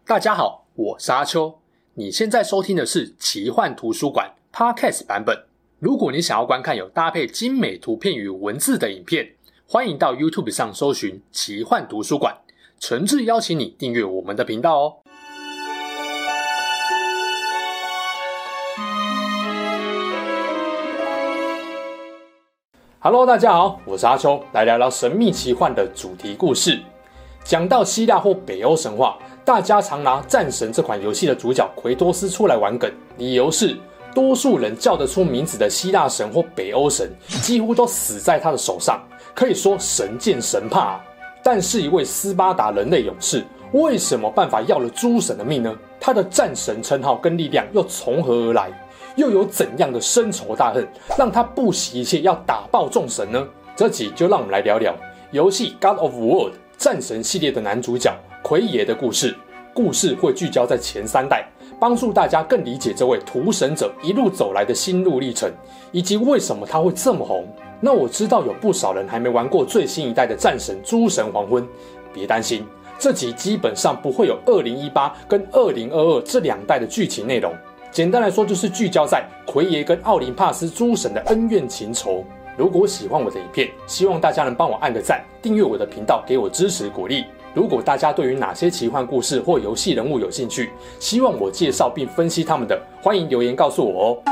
大家好，我是阿秋。你现在收听的是奇幻图书馆 Podcast 版本。如果你想要观看有搭配精美图片与文字的影片，欢迎到 YouTube 上搜寻奇幻图书馆，诚挚邀请你订阅我们的频道哦。Hello， 大家好，我是阿秋，来聊聊神秘奇幻的主题故事。讲到希腊或北欧神话，大家常拿《战神》这款游戏的主角奎托斯出来玩梗，理由是多数人叫得出名字的希腊神或北欧神几乎都死在他的手上，可以说神见神怕啊。但是一位斯巴达人类勇士，为什么办法要了诸神的命呢？他的战神称号跟力量又从何而来？又有怎样的深仇大恨，让他不惜一切要打爆众神呢？这集就让我们来聊聊游戏《God of War》战神系列的男主角奎爷的故事。故事会聚焦在前3代，帮助大家更理解这位屠神者一路走来的心路历程，以及为什么他会这么红。那我知道有不少人还没玩过最新一代的战神诸神黄昏，别担心，这集基本上不会有2018跟2022这2代的剧情内容。简单来说，就是聚焦在奎爷跟奥林帕斯诸神的恩怨情仇。如果喜欢我的影片，希望大家能帮我按个赞，订阅我的频道，给我支持鼓励。如果大家对于哪些奇幻故事或游戏人物有兴趣，希望我介绍并分析他们的，欢迎留言告诉我哦。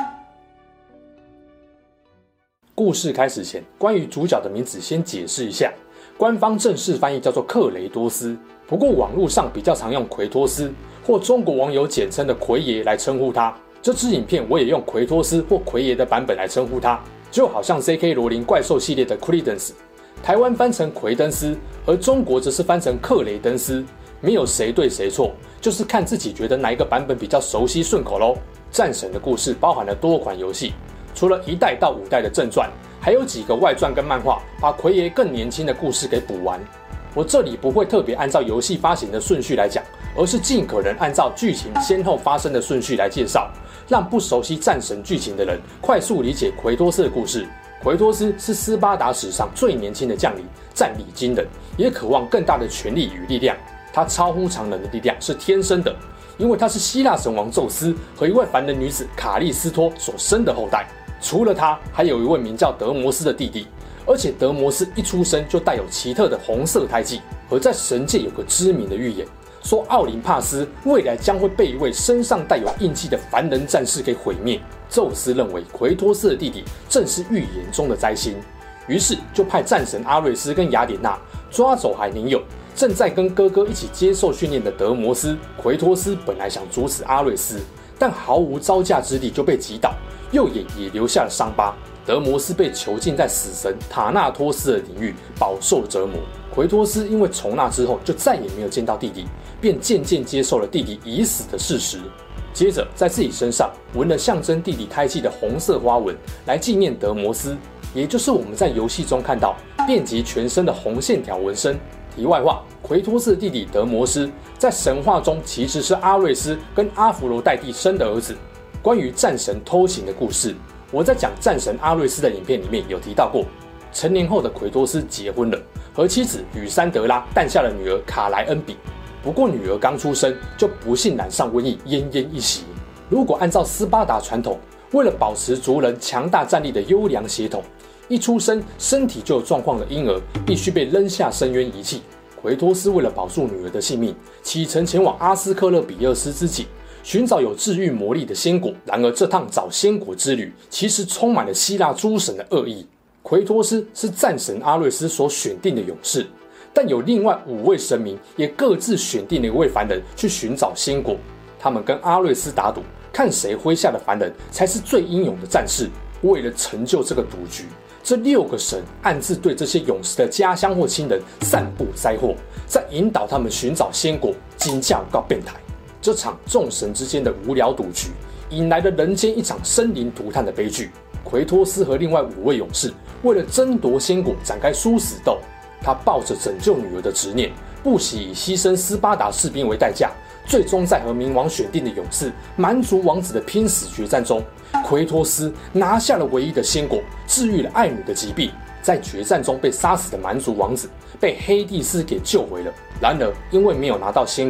故事开始前，关于主角的名字先解释一下，官方正式翻译叫做克雷多斯，不过网络上比较常用奎托斯，或中国网友简称的奎爷来称呼他。这支影片我也用奎托斯或奎爷的版本来称呼他，就好像 J.K. 罗琳怪兽系列的 Credence， 台湾翻成奎登斯，而中国则是翻成克雷登斯，没有谁对谁错，就是看自己觉得哪一个版本比较熟悉顺口咯。战神的故事包含了多款游戏，除了1代到5代的正传，还有几个外传跟漫画，把奎爷更年轻的故事给补完。我这里不会特别按照游戏发行的顺序来讲，而是尽可能按照剧情先后发生的顺序来介绍，让不熟悉战神剧情的人快速理解奎托斯的故事。奎托斯是斯巴达史上最年轻的将领，战力惊人，也渴望更大的权力与力量。他超乎常人的力量是天生的，因为他是希腊神王宙斯和一位凡人女子卡利斯托所生的后代。除了他，还有一位名叫德摩斯的弟弟，而且德摩斯一出生就带有奇特的红色胎记。而在神界有个知名的预言，说奥林帕斯未来将会被一位身上带有印记的凡人战士给毁灭。宙斯认为奎托斯的弟弟正是预言中的灾星，于是就派战神阿瑞斯跟雅典娜抓走海宁友，正在跟哥哥一起接受训练的德摩斯。奎托斯本来想阻止阿瑞斯，但毫无招架之力就被击倒，右眼也留下了伤疤。德摩斯被囚禁在死神塔纳托斯的领域，饱受折磨。奎托斯因为从那之后就再也没有见到弟弟，便渐渐接受了弟弟已死的事实。接着在自己身上纹了象征弟弟胎记的红色花纹，来纪念德摩斯，也就是我们在游戏中看到遍及全身的红线条纹身。题外话，奎托斯的弟弟德摩斯在神话中其实是阿瑞斯跟阿弗罗代蒂生的儿子。关于战神偷情的故事，我在讲战神阿瑞斯的影片里面有提到过。成年后的奎托斯结婚了，和妻子吕珊德拉诞下了女儿卡莱恩比。不过女儿刚出生就不幸染上瘟疫，奄奄一息。如果按照斯巴达传统，为了保持族人强大战力的优良血统，一出生身体就有状况的婴儿必须被扔下深渊遗弃。奎托斯为了保住女儿的性命，启程前往阿斯克勒比厄斯之井，寻找有治愈魔力的仙果。然而这趟找仙果之旅其实充满了希腊诸神的恶意。奎托斯是战神阿瑞斯所选定的勇士，但有另外5位神明也各自选定了一位凡人去寻找仙果。他们跟阿瑞斯打赌，看谁麾下的凡人才是最英勇的战士。为了成就这个赌局，这6个神暗自对这些勇士的家乡或亲人散布灾祸，再引导他们寻找仙果，金价告变态。这场众神之间的无聊赌局，引来了人间一场生灵涂炭的悲剧。奎托斯和另外5位勇士为了争夺仙果展开殊死斗。他抱着拯救女儿的执念，不惜以牺牲斯巴达士兵为代价，最终在和冥王选定的勇士蛮族王子的拼死决战中，奎托斯拿下了唯一的仙果，治愈了爱女的疾病。在决战中被杀死的蛮族王子被黑帝斯给救回了。然而因为没有拿到仙果，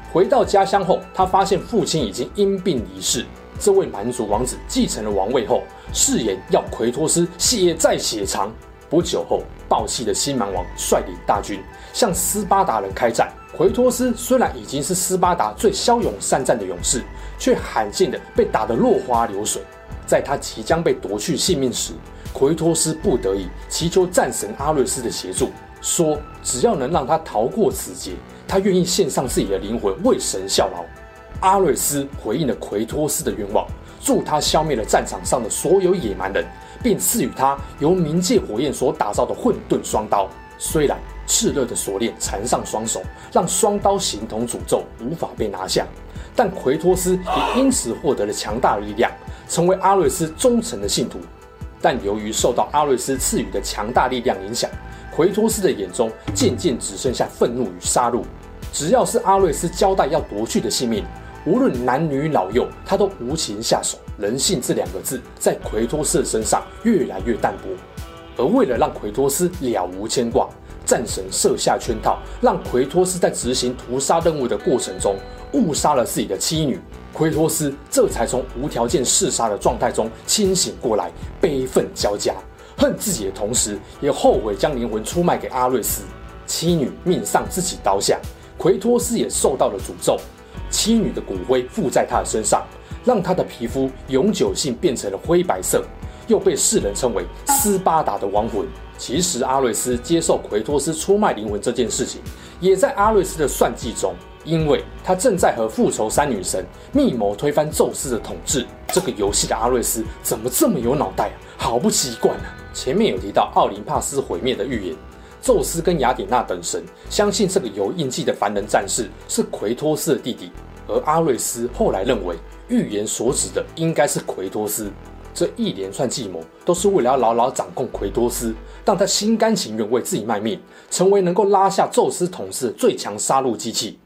回到家乡后，他发现父亲已经因病离世。这位蛮族王子继承了王位后，誓言要奎托斯血债血偿。不久后，暴气的新蛮王率领大军向斯巴达人开战。奎托斯虽然已经是斯巴达最骁勇善战的勇士，却罕见的被打得落花流水。在他即将被夺去性命时，奎托斯不得已祈求战神阿瑞斯的协助，说只要能让他逃过此劫，他愿意献上自己的灵魂为神效劳。阿瑞斯回应了奎托斯的愿望，助他消灭了战场上的所有野蛮人，并赐予他由冥界火焰所打造的混沌双刀。虽然炽热的锁链缠上双手，让双刀形同诅咒，无法被拿下，但奎托斯也因此获得了强大的力量，成为阿瑞斯忠诚的信徒。但由于受到阿瑞斯赐予的强大力量影响，奎托斯的眼中渐渐只剩下愤怒与杀戮。只要是阿瑞斯交代要夺去的性命，无论男女老幼，他都无情下手。人性这2个字在奎托斯的身上越来越淡薄。而为了让奎托斯了无牵挂，战神设下圈套，让奎托斯在执行屠杀任务的过程中误杀了自己的妻女。奎托斯这才从无条件嗜杀的状态中清醒过来，悲愤交加，恨自己的同时，也后悔将灵魂出卖给阿瑞斯。妻女命丧自己刀下，奎托斯也受到了诅咒。妻女的骨灰附在他的身上，让他的皮肤永久性变成了灰白色，又被世人称为斯巴达的亡魂。其实阿瑞斯接受奎托斯出卖灵魂这件事情，也在阿瑞斯的算计中，因为他正在和复仇三女神密谋推翻宙斯的统治。这个游戏的阿瑞斯怎么这么有脑袋啊？好不习惯啊！前面有提到奥林帕斯毁灭的预言，宙斯跟雅典娜等神相信这个有印记的凡人战士是奎托斯的弟弟，而阿瑞斯后来认为预言所指的应该是奎托斯。这一连串计谋都是为了要牢牢掌控奎托斯，让他心甘情愿为自己卖命，成为能够拉下宙斯统治的最强杀戮机器。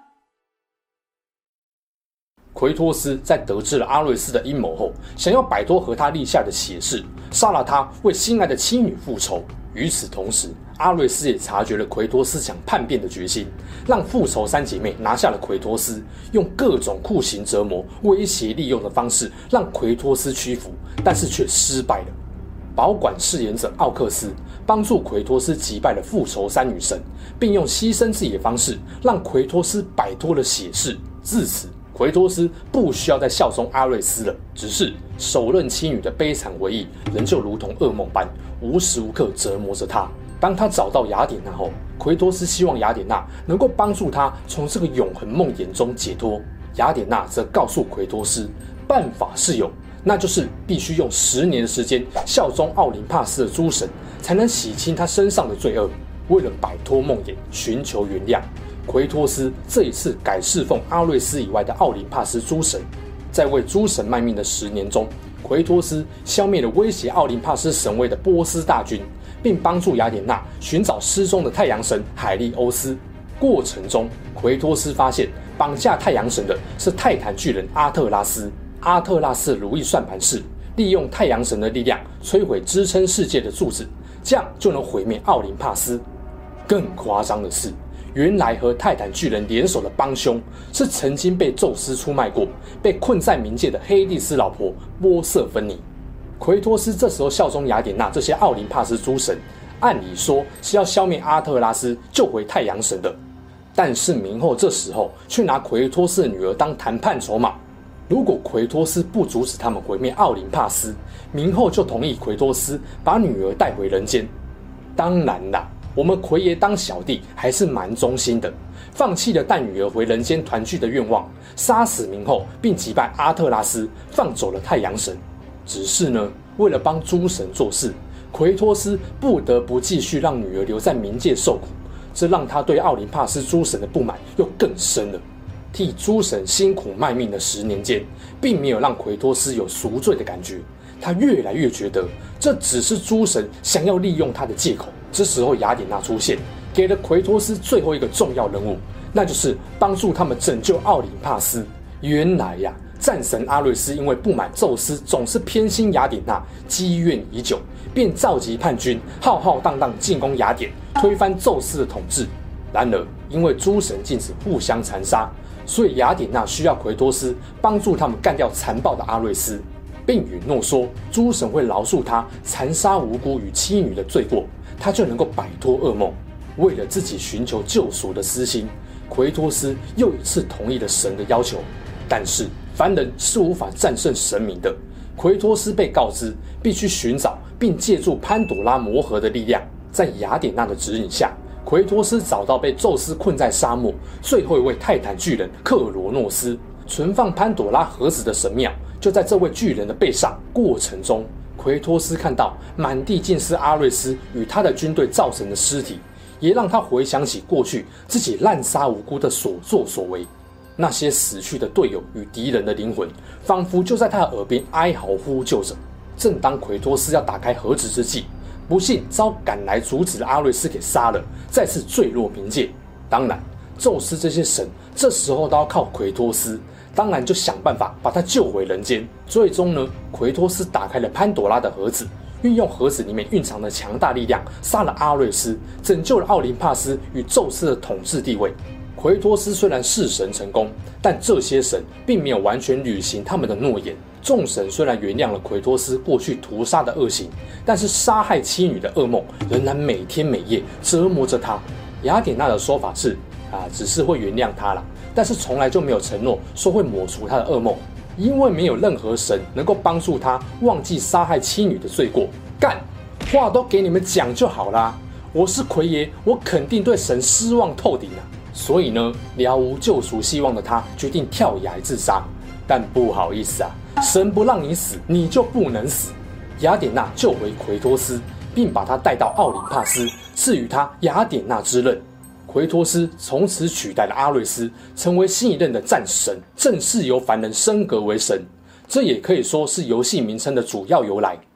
奎托斯在得知了阿瑞斯的阴谋后，想要摆脱和他立下的血誓，杀了他，为心爱的妻女复仇。与此同时，阿瑞斯也察觉了奎托斯想叛变的决心，让复仇三姐妹拿下了奎托斯，用各种酷刑折磨、威胁利用的方式让奎托斯屈服，但是却失败了。保管饰演者奥克斯帮助奎托斯击败了复仇三女神，并用牺牲自己的方式让奎托斯摆脱了血誓。自此，奎托斯不需要再效忠阿瑞斯了，只是手刃妻女的悲惨回忆仍旧如同噩梦般无时无刻折磨着他。当他找到雅典娜后，奎托斯希望雅典娜能够帮助他从这个永恒梦魇中解脱。雅典娜则告诉奎托斯，办法是有，那就是必须用10年的时间效忠奥林帕斯的诸神，才能洗清他身上的罪恶。为了摆脱梦魇，寻求原谅，奎托斯这一次改侍奉阿瑞斯以外的奥林帕斯诸神。在为诸神卖命的10年中，奎托斯消灭了威胁奥林帕斯神位的波斯大军，并帮助雅典娜寻找失踪的太阳神海利欧斯。过程中，奎托斯发现绑架太阳神的是泰坦巨人阿特拉斯。阿特拉斯的如意算盘是利用太阳神的力量摧毁支撑世界的柱子，这样就能毁灭奥林帕斯。更夸张的是，原来和泰坦巨人联手的帮凶是曾经被宙斯出卖过、被困在冥界的黑帝斯老婆波瑟芬妮。奎托斯这时候效忠雅典娜这些奥林帕斯诸神，按理说是要消灭阿特拉斯，救回太阳神的。但是冥后这时候却拿奎托斯的女儿当谈判筹码。如果奎托斯不阻止他们毁灭奥林帕斯，冥后就同意奎托斯把女儿带回人间。当然啦，我们奎爷当小弟还是蛮忠心的，放弃了带女儿回人间团聚的愿望，杀死冥后并击败阿特拉斯，放走了太阳神。只是呢，为了帮诸神做事，奎托斯不得不继续让女儿留在冥界受苦，这让他对奥林帕斯诸神的不满又更深了。替诸神辛苦卖命的10年间，并没有让奎托斯有赎罪的感觉，他越来越觉得这只是诸神想要利用他的借口。这时候雅典娜出现，给了奎托斯最后一个重要任务，那就是帮助他们拯救奥林帕斯。原来呀，战神阿瑞斯因为不满宙斯总是偏心雅典娜，积怨已久，便召集叛军，浩浩荡荡进攻雅典，推翻宙斯的统治。然而因为诸神禁止互相残杀， 所以雅典娜需要奎托斯帮助他们干掉残暴的阿瑞斯，并允诺说诸神会饶恕他残杀无辜与妻女的罪过，他就能够摆脱噩梦。为了自己寻求救赎的私心，奎托斯又一次同意了神的要求。但是凡人是无法战胜神明的，奎托斯被告知必须寻找并借助潘朵拉魔盒的力量。在雅典娜的指引下，奎托斯找到被宙斯困在沙漠最后一位泰坦巨人克罗诺斯，存放潘朵拉盒子的神庙就在这位巨人的背上。过程中，奎托斯看到满地尽是阿瑞斯与他的军队造成的尸体，也让他回想起过去自己滥杀无辜的所作所为。那些死去的队友与敌人的灵魂，仿佛就在他的耳边哀嚎呼救着。正当奎托斯要打开盒子之际，不幸遭赶来阻止的阿瑞斯给杀了，再次坠落冥界。当然，宙斯这些神这时候都要靠奎托斯，当然就想办法把他救回人间。最终呢，奎托斯打开了潘朵拉的盒子，运用盒子里面蕴藏的强大力量，杀了阿瑞斯，拯救了奥林帕斯与宙斯的统治地位。奎托斯虽然弑神成功，但这些神并没有完全履行他们的诺言。众神虽然原谅了奎托斯过去屠杀的恶行，但是杀害妻女的噩梦仍然每天每夜折磨着他。雅典娜的说法是只是会原谅他啦，但是从来就没有承诺说会抹除他的噩梦，因为没有任何神能够帮助他忘记杀害妻女的罪过。干，话都给你们讲就好啦，我是奎爷，我肯定对神失望透顶啊。所以呢，了无救赎希望的他决定跳崖自杀。但不好意思神不让你死，你就不能死。雅典娜救回奎托斯，并把他带到奥林帕斯，赐予他雅典娜之刃。奎托斯从此取代了阿瑞斯，成为新一任的战神，正式由凡人升格为神。这也可以说是游戏名称的主要由来。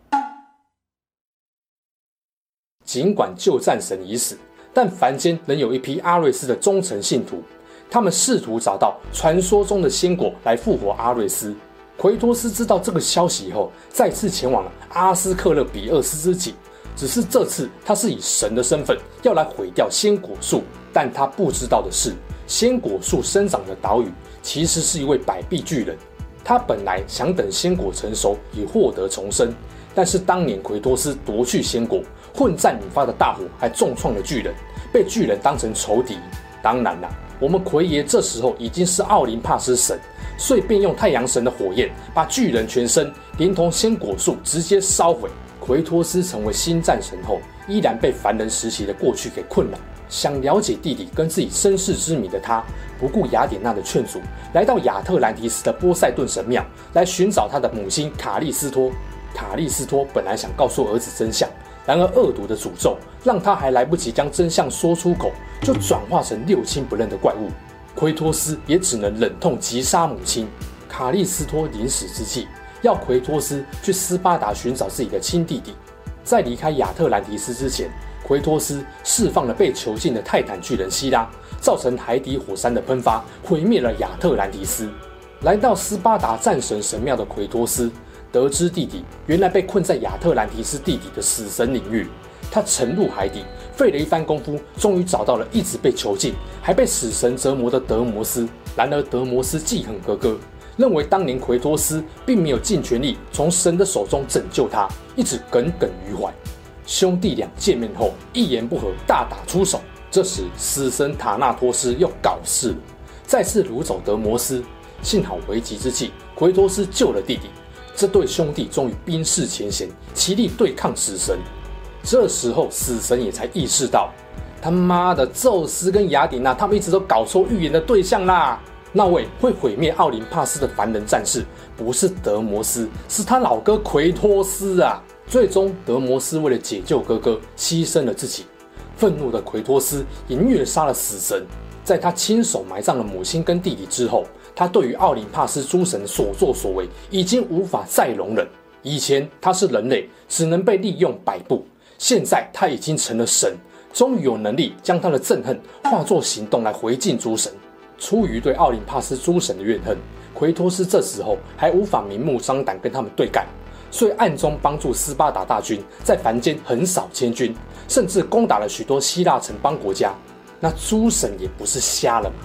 尽管旧战神已死，但凡间仍有一批阿瑞斯的忠诚信徒，他们试图找到传说中的仙果来复活阿瑞斯。奎托斯知道这个消息后，再次前往了阿斯克勒比厄斯之井，只是这次他是以神的身份要来毁掉仙果树。但他不知道的是，仙果树生长的岛屿其实是一位百臂巨人。他本来想等仙果成熟以获得重生，但是当年奎托斯夺去仙果，混战引发的大火还重创了巨人，被巨人当成仇敌。当然啦，我们奎爷这时候已经是奥林帕斯神，所以便用太阳神的火焰把巨人全身连同仙果树直接烧毁。奎托斯成为新战神后，依然被凡人时期的过去给困扰。想了解弟弟跟自己身世之谜的他，不顾雅典娜的劝阻，来到亚特兰提斯的波塞顿神庙来寻找他的母亲卡利斯托。卡利斯托本来想告诉儿子真相，然而恶毒的诅咒让他还来不及将真相说出口，就转化成六亲不认的怪物。奎托斯也只能忍痛击杀母亲。卡利斯托临死之际，要奎托斯去斯巴达寻找自己的亲弟弟。在离开亚特兰提斯之前，奎托斯释放了被囚禁的泰坦巨人希拉，造成海底火山的喷发，毁灭了亚特兰提斯。来到斯巴达战神神庙的奎托斯，得知弟弟原来被困在亚特兰提斯地底的死神领域，他沉入海底，费了一番功夫，终于找到了一直被囚禁还被死神折磨的德摩斯。然而德摩斯记恨哥哥，认为当年奎托斯并没有尽全力从神的手中拯救他，一直耿耿于怀。兄弟俩见面后一言不合大打出手。这时死神塔纳托斯又搞事了，再次掳走德摩斯。幸好危急之际，奎托斯救了弟弟，这对兄弟终于冰释前嫌，齐力对抗死神。这时候死神也才意识到，他妈的宙斯跟雅典娜他们一直都搞错预言的对象啦。那位会毁灭奥林帕斯的凡人战士不是德摩斯，是他老哥奎托斯啊。最终德摩斯为了解救哥哥牺牲了自己，愤怒的奎托斯也虐杀了死神。在他亲手埋葬了母亲跟弟弟之后，他对于奥林帕斯诸神所作所为已经无法再容忍。以前他是人类，只能被利用摆布，现在他已经成了神，终于有能力将他的憎恨化作行动来回敬诸神。出于对奥林帕斯诸神的怨恨，奎托斯这时候还无法明目张胆跟他们对干，所以暗中帮助斯巴达大军在凡间横扫千军，甚至攻打了许多希腊城邦国家。那诸神也不是瞎了嘛，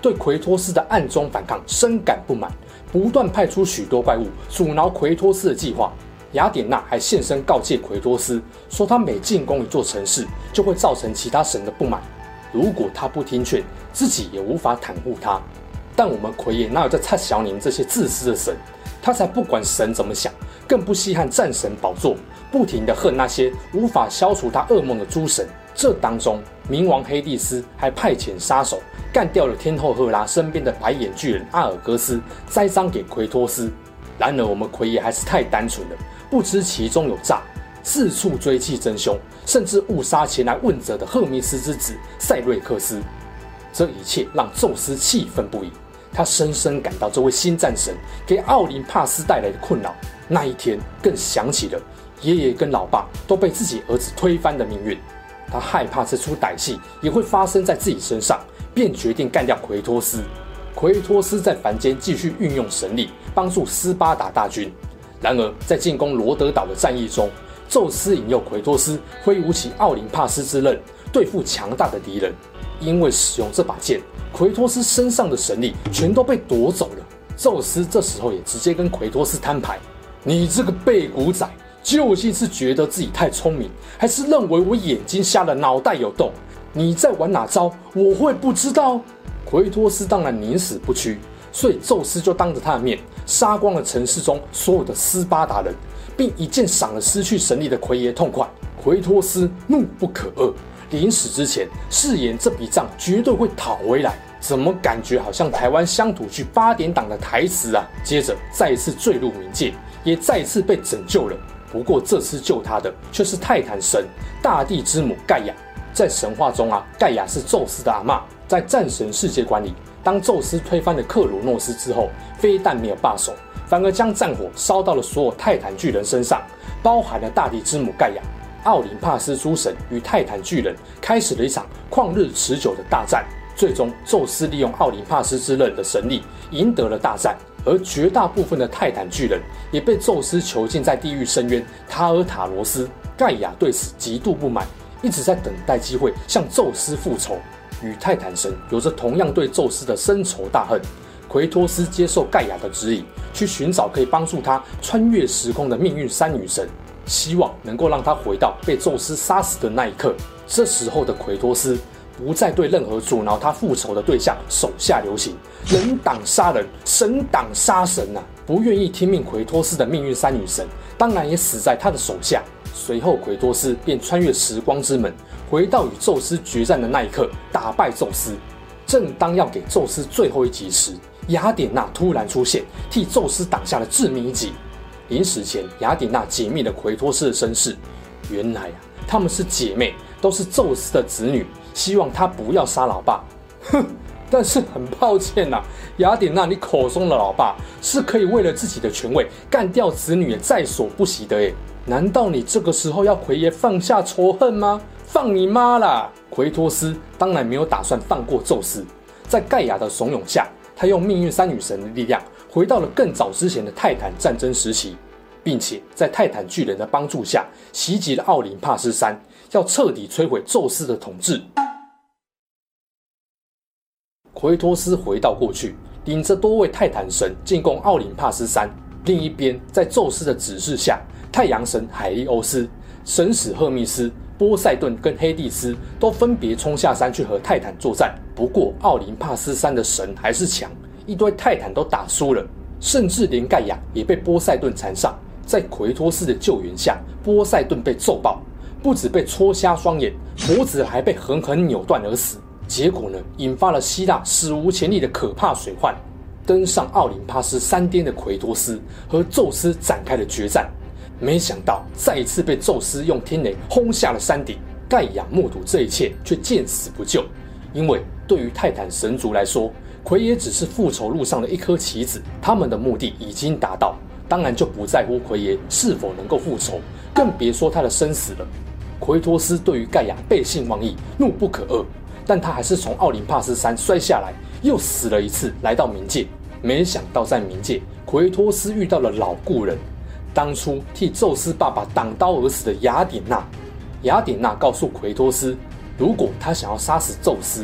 对奎托斯的暗中反抗深感不满，不断派出许多怪物阻挠奎托斯的计划。雅典娜还现身告诫奎托斯，说他每进攻一座城市，就会造成其他神的不满。如果他不听劝，自己也无法袒护他。但我们奎爷哪有在插小你们这些自私的神？他才不管神怎么想，更不稀罕战神宝座，不停地恨那些无法消除他噩梦的诸神。这当中，冥王黑帝斯还派遣杀手干掉了天后赫拉身边的白眼巨人阿尔戈斯，栽赃给奎托斯。然而我们奎爷还是太单纯了，不知其中有诈，四处追击真凶，甚至误杀前来问责的赫密斯之子塞瑞克斯。这一切让宙斯气愤不已，他深深感到这位新战神给奥林帕斯带来的困扰。那一天更想起了爷爷跟老爸都被自己儿子推翻的命运，他害怕这出歹戏也会发生在自己身上，便决定干掉奎托斯。奎托斯在凡间继续运用神力帮助斯巴达大军。然而在进攻罗德岛的战役中，宙斯引诱奎托斯挥舞起奥林帕斯之刃，对付强大的敌人。因为使用这把剑，奎托斯身上的神力全都被夺走了。宙斯这时候也直接跟奎托斯摊牌：你这个背骨仔，究竟是觉得自己太聪明，还是认为我眼睛瞎了，脑袋有洞？你在玩哪招，我会不知道？奎托斯当然宁死不屈，所以宙斯就当着他的面杀光了城市中所有的斯巴达人，并一剑赏了失去神力的奎爷痛快。奎托斯怒不可遏，临死之前誓言这笔账绝对会讨回来。怎么感觉好像台湾乡土剧8点档的台词啊？接着再一次坠入冥界，也再一次被拯救了。不过这次救他的却是泰坦神大地之母盖亚。在神话中啊，盖亚是宙斯的阿嬷。在战神世界观里，当宙斯推翻了克罗诺斯之后，非但没有罢手，反而将战火烧到了所有泰坦巨人身上，包含了大地之母盖亚。奥林帕斯诸神与泰坦巨人开始了一场旷日持久的大战。最终，宙斯利用奥林帕斯之刃的神力赢得了大战，而绝大部分的泰坦巨人也被宙斯囚禁在地狱深渊塔尔塔罗斯。盖亚对此极度不满，一直在等待机会向宙斯复仇。与泰坦神有着同样对宙斯的深仇大恨，奎托斯接受盖亚的指引，去寻找可以帮助他穿越时空的命运三女神，希望能够让他回到被宙斯杀死的那一刻。这时候的奎托斯不再对任何阻挠他复仇的对象手下留情，人挡杀人，神挡杀神啊！不愿意听命奎托斯的命运三女神，当然也死在他的手下。随后，奎托斯便穿越时光之门，回到与宙斯决战的那一刻，打败宙斯。正当要给宙斯最后一击时，雅典娜突然出现，替宙斯挡下了致命一击。临死前，雅典娜解密了奎托斯的身世。原来啊，她们是姐妹，都是宙斯的子女，希望他不要杀老爸。哼！但是很抱歉呐，雅典娜，你口中的老爸是可以为了自己的权位干掉子女，也在所不惜的耶。难道你这个时候要奎爷放下仇恨吗？放你妈啦！奎托斯当然没有打算放过宙斯，在盖亚的怂恿下，他用命运三女神的力量回到了更早之前的泰坦战争时期，并且在泰坦巨人的帮助下袭击了奥林帕斯山，要彻底摧毁宙斯的统治。奎托斯回到过去，领着多位泰坦神进攻奥林帕斯山。另一边，在宙斯的指示下，太阳神海利欧斯、神使赫密斯、波塞顿跟黑帝斯都分别冲下山去和泰坦作战。不过奥林帕斯山的神还是强，一堆泰坦都打输了，甚至连盖亚也被波塞顿缠上。在奎托斯的救援下，波塞顿被揍爆，不止被戳瞎双眼，脖子还被狠狠扭断而死。结果呢，引发了希腊史无前例的可怕水患。登上奥林帕斯山巅的奎托斯和宙斯展开了决战。没想到再一次被宙斯用天雷轰下了山顶。盖亚目睹这一切，却见死不救。因为对于泰坦神族来说，奎也只是复仇路上的一颗棋子，他们的目的已经达到，当然就不在乎奎爷是否能够复仇，更别说他的生死了。奎托斯对于盖亚背信忘义，怒不可遏，但他还是从奥林帕斯山摔下来，又死了一次，来到冥界。没想到在冥界，奎托斯遇到了老故人，当初替宙斯爸爸挡刀而死的雅典娜。雅典娜告诉奎托斯，如果他想要杀死宙斯，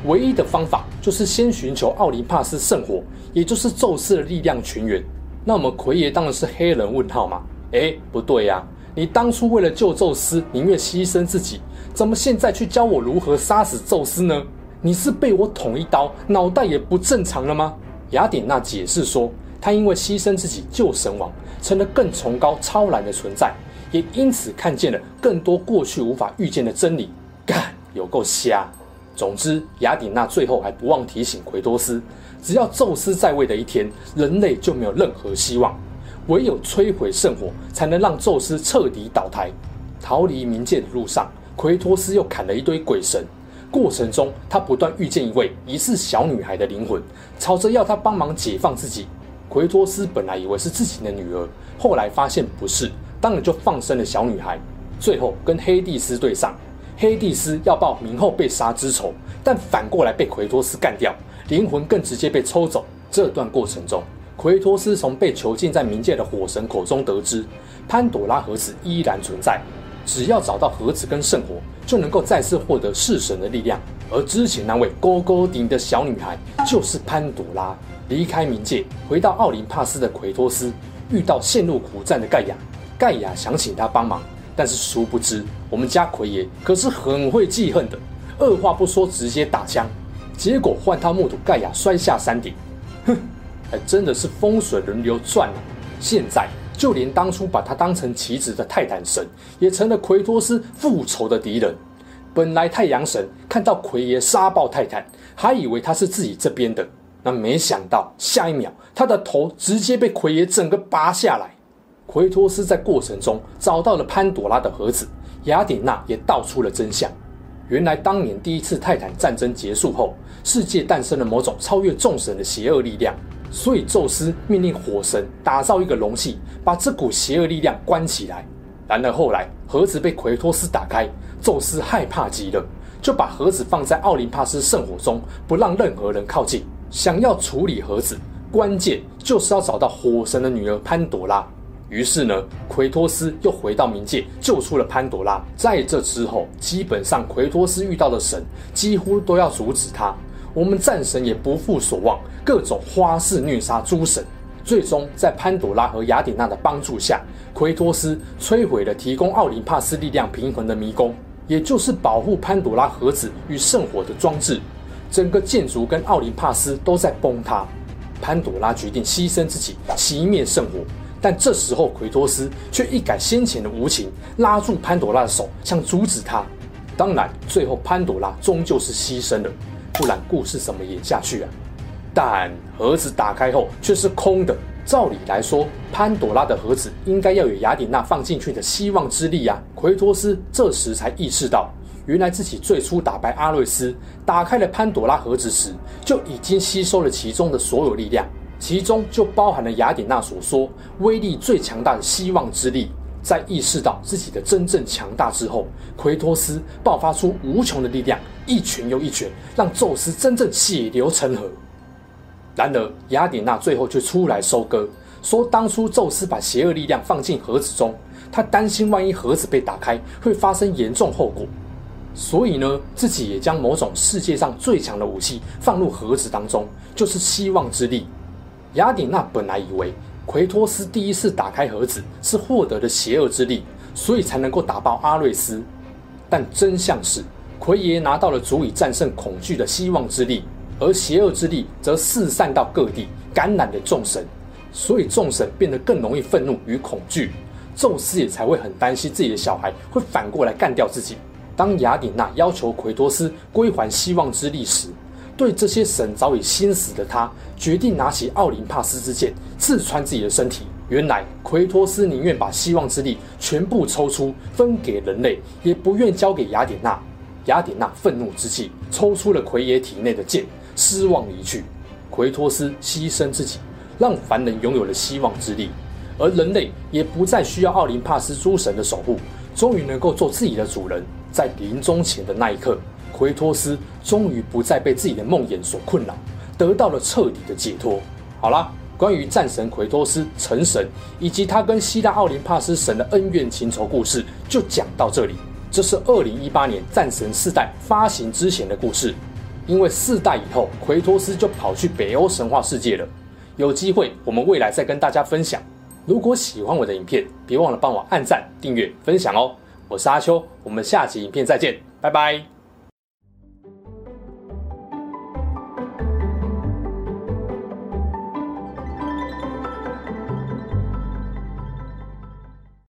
唯一的方法就是先寻求奥林帕斯圣火，也就是宙斯的力量泉源。那我们奎爷当然是黑人问号嘛？不对呀，你当初为了救宙斯，宁愿牺牲自己，怎么现在去教我如何杀死宙斯呢？你是被我捅一刀，脑袋也不正常了吗？雅典娜解释说，她因为牺牲自己救神王，成了更崇高超然的存在，也因此看见了更多过去无法预见的真理。干，有够瞎！总之，雅典娜最后还不忘提醒奎托斯，只要宙斯在位的一天，人类就没有任何希望，唯有摧毁圣火，才能让宙斯彻底倒台。逃离冥界的路上，奎托斯又砍了一堆鬼神。过程中，他不断遇见一位疑似小女孩的灵魂，吵着要他帮忙解放自己。奎托斯本来以为是自己的女儿，后来发现不是，当然就放生了小女孩。最后跟黑帝斯对上，黑帝斯要报冥后被杀之仇，但反过来被奎托斯干掉，灵魂更直接被抽走。这段过程中，奎托斯从被囚禁在冥界的火神口中得知，潘朵拉盒子依然存在，只要找到盒子跟圣火，就能够再次获得弑神的力量。而之前那位勾勾顶的小女孩就是潘朵拉。离开冥界，回到奥林帕斯的奎托斯遇到陷入苦战的盖亚，盖亚想请他帮忙，但是殊不知我们家奎爷可是很会记恨的，二话不说直接打枪，结果换他目睹盖亚摔下山顶。还真的是风水轮流转啊！现在就连当初把他当成棋子的泰坦神，也成了奎托斯复仇的敌人。本来太阳神看到奎爷杀爆泰坦，还以为他是自己这边的，那没想到下一秒他的头直接被奎爷整个拔下来。奎托斯在过程中找到了潘朵拉的盒子，雅典娜也道出了真相。原来当年第一次泰坦战争结束后，世界诞生了某种超越众神的邪恶力量，所以宙斯命令火神打造一个容器，把这股邪恶力量关起来。然而后来盒子被奎托斯打开，宙斯害怕极了，就把盒子放在奥林帕斯圣火中，不让任何人靠近。想要处理盒子，关键就是要找到火神的女儿潘朵拉。于是呢，奎托斯又回到冥界，救出了潘朵拉。在这之后，基本上奎托斯遇到的神几乎都要阻止他。我们战神也不负所望，各种花式虐杀诸神。最终在潘朵拉和雅典娜的帮助下，奎托斯摧毁了提供奥林帕斯力量平衡的迷宫，也就是保护潘朵拉盒子与圣火的装置。整个建筑跟奥林帕斯都在崩塌。潘朵拉决定牺牲自己，熄灭圣火。但这时候奎托斯却一改先前的无情，拉住潘朵拉的手，想阻止她。当然，最后潘朵拉终究是牺牲了，不然故事怎么演下去啊？但盒子打开后却是空的。照理来说，潘朵拉的盒子应该要有雅典娜放进去的希望之力啊！奎托斯这时才意识到，原来自己最初打败阿瑞斯，打开了潘朵拉盒子时，就已经吸收了其中的所有力量，其中就包含了雅典娜所说威力最强大的希望之力。在意识到自己的真正强大之后，奎托斯爆发出无穷的力量，一拳又一拳，让宙斯真正血流成河。然而雅典娜最后却出来收割，说当初宙斯把邪恶力量放进盒子中，他担心万一盒子被打开会发生严重后果，所以呢，自己也将某种世界上最强的武器放入盒子当中，就是希望之力。雅典娜本来以为奎托斯第一次打开盒子是获得了邪恶之力，所以才能够打爆阿瑞斯，但真相是奎爷拿到了足以战胜恐惧的希望之力，而邪恶之力则四散到各地，感染了众神，所以众神变得更容易愤怒与恐惧，宙斯也才会很担心自己的小孩会反过来干掉自己。当雅典娜要求奎托斯归还希望之力时，对这些神早已心死的他，决定拿起奥林帕斯之剑刺穿自己的身体。原来奎托斯宁愿把希望之力全部抽出分给人类，也不愿交给雅典娜。雅典娜愤怒之际，抽出了奎爷体内的剑，失望离去。奎托斯牺牲自己，让凡人拥有了希望之力，而人类也不再需要奥林帕斯诸神的守护，终于能够做自己的主人。在临终前的那一刻，奎托斯终于不再被自己的梦魇所困扰，得到了彻底的解脱。好啦，关于战神奎托斯成神以及他跟希腊奥林帕斯神的恩怨情仇故事就讲到这里。这是2018年战神4代发行之前的故事。 因为4代以后，奎托斯就跑去北欧神话世界了。有机会我们未来再跟大家分享。如果喜欢我的影片，别忘了帮我按赞、订阅、分享哦。我是阿秋，我们下期影片再见，拜拜。